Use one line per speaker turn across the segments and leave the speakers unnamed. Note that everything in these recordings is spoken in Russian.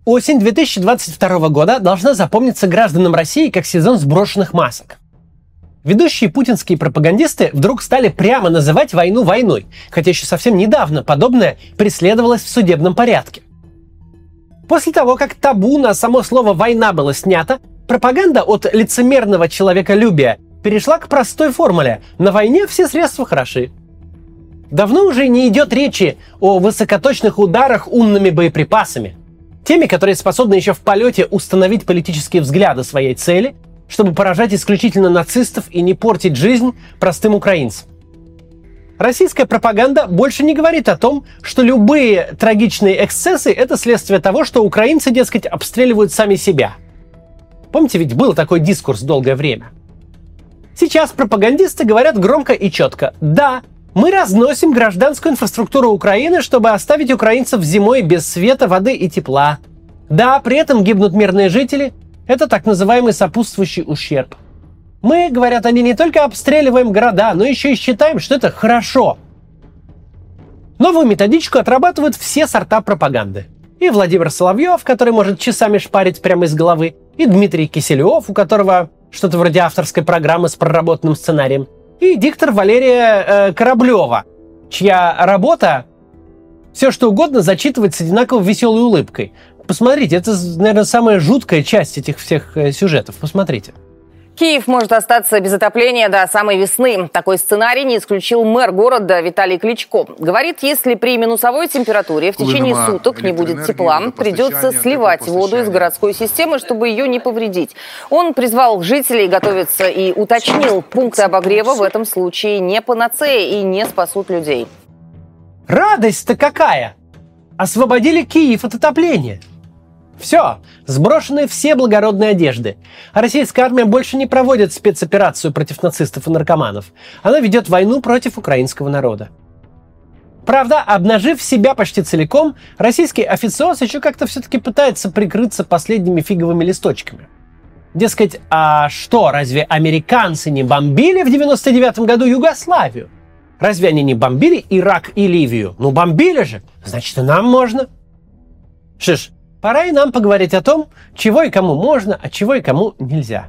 Осень 2022 года должна запомниться гражданам России как сезон сброшенных масок. Ведущие путинские пропагандисты вдруг стали прямо называть войну войной, хотя еще совсем недавно подобное преследовалось в судебном порядке. После того, как табу на само слово «война» было снято, пропаганда от лицемерного человеколюбия перешла к простой формуле: на войне все средства хороши. Давно уже не идет речи о высокоточных ударах умными боеприпасами, теми, которые способны еще в полете установить политические взгляды своей цели, чтобы поражать исключительно нацистов и не портить жизнь простым украинцам. Российская пропаганда больше не говорит о том, что любые трагичные эксцессы – это следствие того, что украинцы, дескать, обстреливают сами себя. Помните, ведь был такой дискурс долгое время. Сейчас пропагандисты говорят громко и четко: да, мы разносим гражданскую инфраструктуру Украины, чтобы оставить украинцев зимой без света, воды и тепла. Да, при этом гибнут мирные жители. Это так называемый сопутствующий ущерб. Мы, говорят они, не только обстреливаем города, но еще и считаем, что это хорошо. Новую методичку отрабатывают все сорта пропаганды. И Владимир Соловьев, который может часами шпарить прямо из головы, и Дмитрий Киселев, у которого что-то вроде авторской программы с проработанным сценарием, и диктор Валерия Кораблева, чья работа все что угодно зачитывать с одинаково веселой улыбкой. Посмотрите, это, наверное, самая жуткая часть этих всех сюжетов. Посмотрите.
Киев может остаться без отопления до самой весны. Такой сценарий не исключил мэр города Виталий Кличко. Говорит, если при минусовой температуре в течение суток не будет тепла, придется сливать воду из городской системы, чтобы ее не повредить. Он призвал жителей готовиться и уточнил, пункты обогрева в этом случае не панацея и не спасут людей.
Радость-то какая! Освободили Киев от отопления. Все, сброшены все благородные одежды. А российская армия больше не проводит спецоперацию против нацистов и наркоманов. Она ведет войну против украинского народа. Правда, обнажив себя почти целиком, российский официоз еще как-то все-таки пытается прикрыться последними фиговыми листочками. Дескать, а что, разве американцы не бомбили в 99-м году Югославию? Разве они не бомбили Ирак и Ливию? Ну, бомбили же, значит, и нам можно. Шиш. Пора и нам поговорить о том, чего и кому можно, а чего и кому нельзя.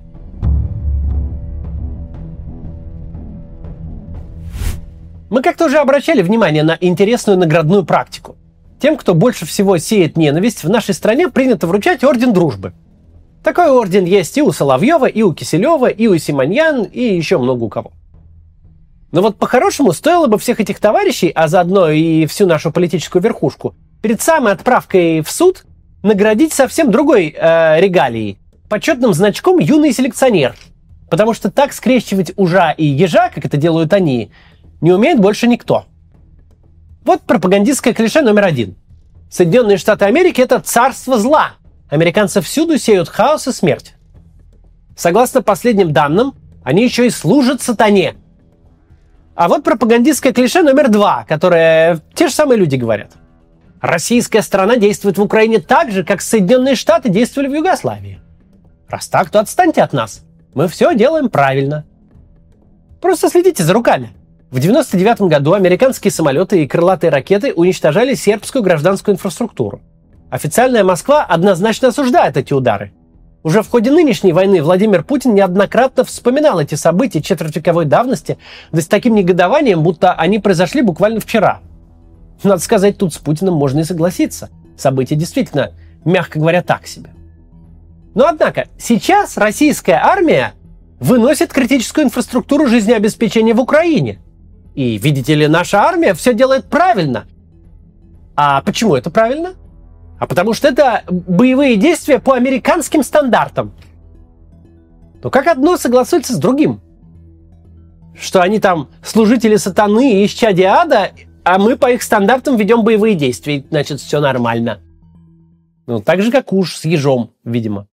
Мы как-то уже обращали внимание на интересную наградную практику. Тем, кто больше всего сеет ненависть, в нашей стране принято вручать орден дружбы. Такой орден есть и у Соловьева, и у Киселева, и у Симоньян, и еще много у кого. Но вот по-хорошему стоило бы всех этих товарищей, а заодно и всю нашу политическую верхушку, перед самой отправкой в суд наградить совсем другой регалией – почетным значком «юный селекционер». Потому что так скрещивать ужа и ежа, как это делают они, не умеет больше никто. Вот пропагандистское клише номер 1. Соединенные Штаты Америки – это царство зла. Американцы всюду сеют хаос и смерть. Согласно последним данным, они еще и служат сатане. А вот пропагандистское клише номер 2, которое те же самые люди говорят. Российская страна действует в Украине так же, как Соединенные Штаты действовали в Югославии. Раз так, то отстаньте от нас. Мы все делаем правильно. Просто следите за руками. В 1999 году американские самолеты и крылатые ракеты уничтожали сербскую гражданскую инфраструктуру. Официальная Москва однозначно осуждает эти удары. Уже в ходе нынешней войны Владимир Путин неоднократно вспоминал эти события четвертьвековой давности, да с таким негодованием, будто они произошли буквально вчера. Надо сказать, тут с Путиным можно и согласиться. События действительно, мягко говоря, так себе. Но однако, сейчас российская армия выносит критическую инфраструктуру жизнеобеспечения в Украине. И, видите ли, наша армия все делает правильно. А почему это правильно? А потому что это боевые действия по американским стандартам. Но как одно согласуется с другим? Что они там служители сатаны и исчадия ада, а мы по их стандартам ведем боевые действия, значит, все нормально. Ну, так же, как уж с ежом, видимо.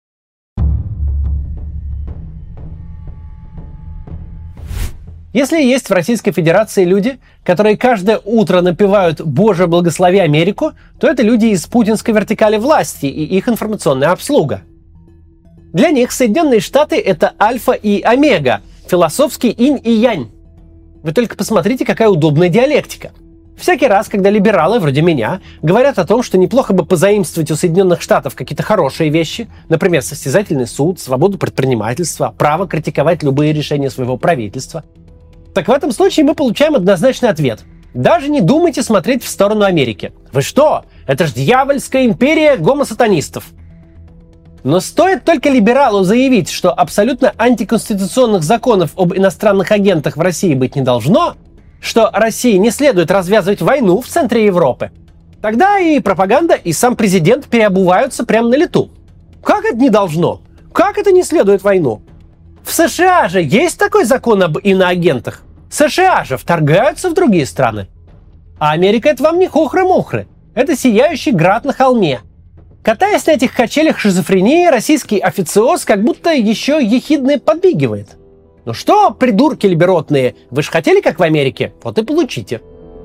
Если есть в Российской Федерации люди, которые каждое утро напевают «Боже, благослови Америку», то это люди из путинской вертикали власти и их информационная обслуга. Для них Соединенные Штаты – это альфа и омега, философский инь и янь. Вы только посмотрите, какая удобная диалектика. Всякий раз, когда либералы, вроде меня, говорят о том, что неплохо бы позаимствовать у Соединенных Штатов какие-то хорошие вещи, например, состязательный суд, свободу предпринимательства, право критиковать любые решения своего правительства, так в этом случае мы получаем однозначный ответ. Даже не думайте смотреть в сторону Америки. Вы что? Это ж дьявольская империя гомосатанистов. Но стоит только либералу заявить, что абсолютно антиконституционных законов об иностранных агентах в России быть не должно, что России не следует развязывать войну в центре Европы, тогда и пропаганда, и сам президент переобуваются прямо на лету. Как это не должно? Как это не следует войну? В США же есть такой закон об иноагентах. США же вторгаются в другие страны. А Америка — это вам не хухры-мухры. Это сияющий град на холме. Катаясь на этих качелях шизофрении, российский официоз как будто еще ехидно подбигивает. Ну что, придурки либеротные, вы же хотели как в Америке? Вот и получите.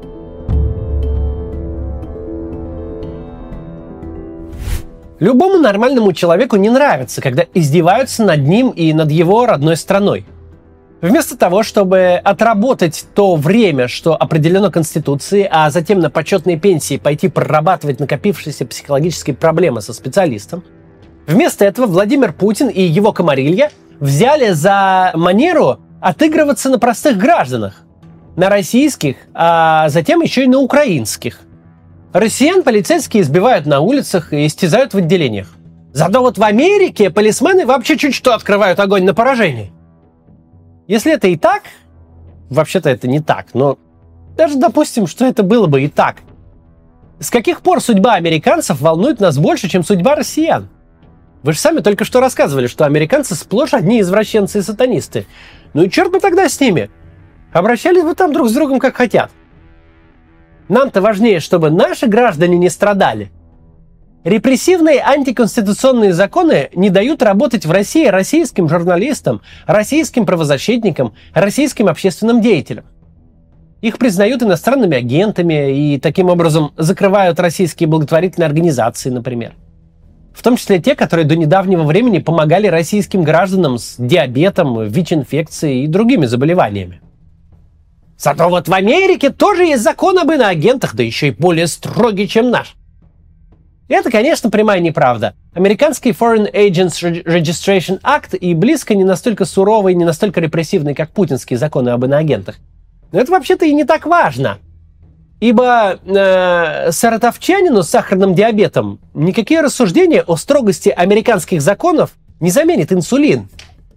Любому нормальному человеку не нравится, когда издеваются над ним и над его родной страной. Вместо того, чтобы отработать то время, что определено Конституцией, а затем на почетные пенсии пойти прорабатывать накопившиеся психологические проблемы со специалистом, вместо этого Владимир Путин и его комарилья взяли за манеру отыгрываться на простых гражданах, на российских, а затем еще и на украинских. Россиян полицейские избивают на улицах и истязают в отделениях. Зато вот в Америке полисмены вообще чуть что открывают огонь на поражение. Если это и так, вообще-то это не так, но даже допустим, что это было бы и так. С каких пор судьба американцев волнует нас больше, чем судьба россиян? Вы же сами только что рассказывали, что американцы сплошь одни извращенцы и сатанисты. Ну и черт бы тогда с ними. Обращались бы там друг с другом как хотят. Нам-то важнее, чтобы наши граждане не страдали. Репрессивные антиконституционные законы не дают работать в России российским журналистам, российским правозащитникам, российским общественным деятелям. Их признают иностранными агентами и таким образом закрывают российские благотворительные организации, например. В том числе те, которые до недавнего времени помогали российским гражданам с диабетом, ВИЧ-инфекцией и другими заболеваниями. Зато вот в Америке тоже есть закон об иноагентах, да еще и более строгий, чем наш. И это, конечно, прямая неправда. Американский Foreign Agents Registration Act и близко не настолько суровый, не настолько репрессивный, как путинские законы об иноагентах. Но это вообще-то и не так важно. Ибо саратовчанину с сахарным диабетом никакие рассуждения о строгости американских законов не заменит инсулин.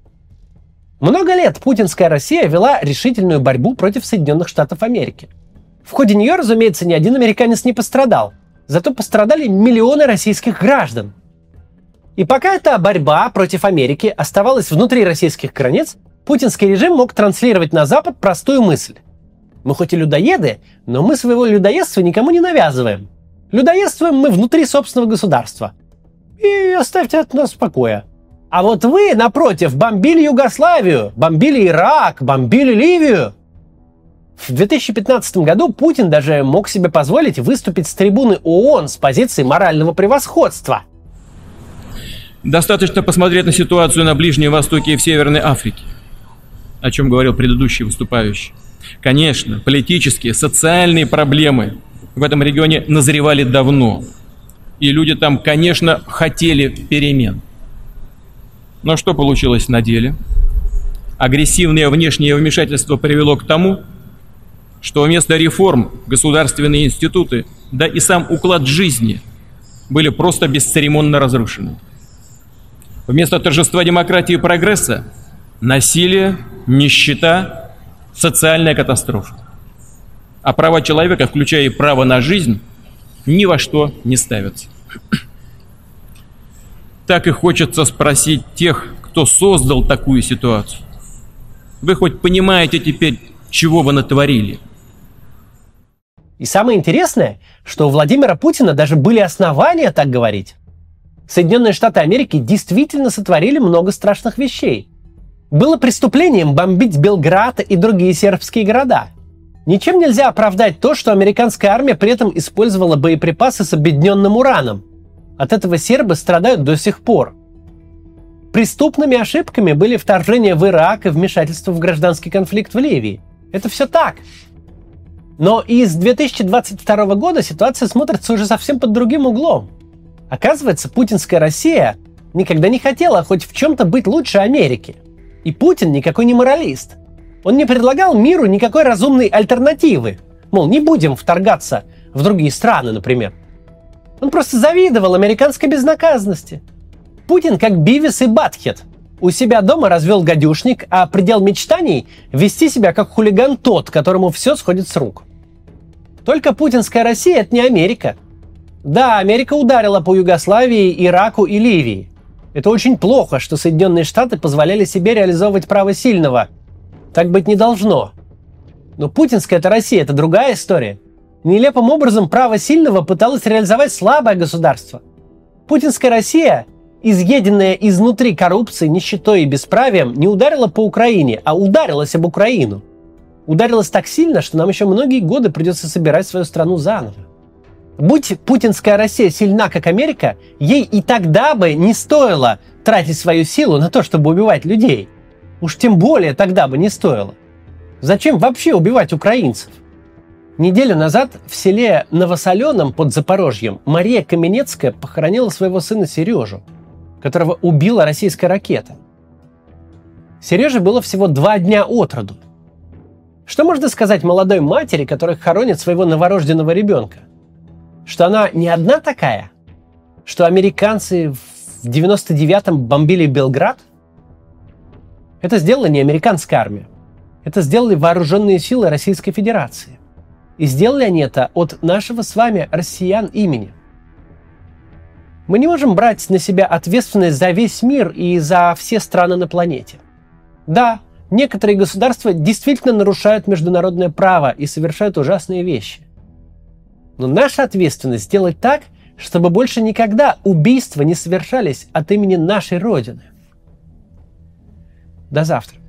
Много лет путинская Россия вела решительную борьбу против Соединенных Штатов Америки. В ходе нее, разумеется, ни один американец не пострадал. Зато пострадали миллионы российских граждан. И пока эта борьба против Америки оставалась внутри российских границ, путинский режим мог транслировать на Запад простую мысль. Мы хоть и людоеды, но мы своего людоедства никому не навязываем. Людоедствуем мы внутри собственного государства. И оставьте от нас в покое. А вот вы, напротив, бомбили Югославию, бомбили Ирак, бомбили Ливию. В 2015 году Путин даже мог себе позволить выступить с трибуны ООН с позиции морального превосходства.
Достаточно посмотреть на ситуацию на Ближнем Востоке и в Северной Африке, о чем говорил предыдущий выступающий. Конечно, политические, социальные проблемы в этом регионе назревали давно. И люди там, конечно, хотели перемен. Но что получилось на деле? Агрессивное внешнее вмешательство привело к тому, что вместо реформ государственные институты, да и сам уклад жизни были просто бесцеремонно разрушены. Вместо торжества демократии и прогресса – насилие, нищета, социальная катастрофа. А права человека, включая и право на жизнь, ни во что не ставятся. Так и хочется спросить тех, кто создал такую ситуацию. Вы хоть понимаете теперь, чего вы натворили?
И самое интересное, что у Владимира Путина даже были основания так говорить. Соединенные Штаты Америки действительно сотворили много страшных вещей. Было преступлением бомбить Белград и другие сербские города. Ничем нельзя оправдать то, что американская армия при этом использовала боеприпасы с объединенным ураном. От этого сербы страдают до сих пор. Преступными ошибками были вторжение в Ирак и вмешательство в гражданский конфликт в Ливии. Это все так. Но из 2022 года ситуация смотрится уже совсем под другим углом. Оказывается, путинская Россия никогда не хотела хоть в чем-то быть лучше Америки. И Путин никакой не моралист. Он не предлагал миру никакой разумной альтернативы. Мол, не будем вторгаться в другие страны, например. Он просто завидовал американской безнаказанности. Путин как Бивис и Батхед. У себя дома развел гадюшник, а предел мечтаний – вести себя как хулиган тот, которому все сходит с рук. Только путинская Россия – это не Америка. Да, Америка ударила по Югославии, Ираку и Ливии. Это очень плохо, что Соединенные Штаты позволяли себе реализовывать право сильного. Так быть не должно. Но путинская Россия – это другая история. Нелепым образом право сильного пыталось реализовать слабое государство. Путинская Россия, изъеденная изнутри коррупцией, нищетой и бесправием, не ударила по Украине, а ударилась об Украину. Ударилась так сильно, что нам еще многие годы придется собирать свою страну заново. Будь путинская Россия сильна, как Америка, ей и тогда бы не стоило тратить свою силу на то, чтобы убивать людей. Уж тем более тогда бы не стоило. Зачем вообще убивать украинцев? Неделю назад в селе Новосоленом под Запорожьем Мария Каменецкая похоронила своего сына Сережу, которого убила российская ракета. Сереже было всего 2 дня от роду. Что можно сказать молодой матери, которая хоронит своего новорожденного ребенка? Что она не одна такая? Что американцы в 99-м бомбили Белград? Это сделала не американская армия. Это сделали вооруженные силы Российской Федерации. И сделали они это от нашего с вами россиян имени. Мы не можем брать на себя ответственность за весь мир и за все страны на планете. Да, некоторые государства действительно нарушают международное право и совершают ужасные вещи. Но наша ответственность сделать так, чтобы больше никогда убийства не совершались от имени нашей Родины. До завтра.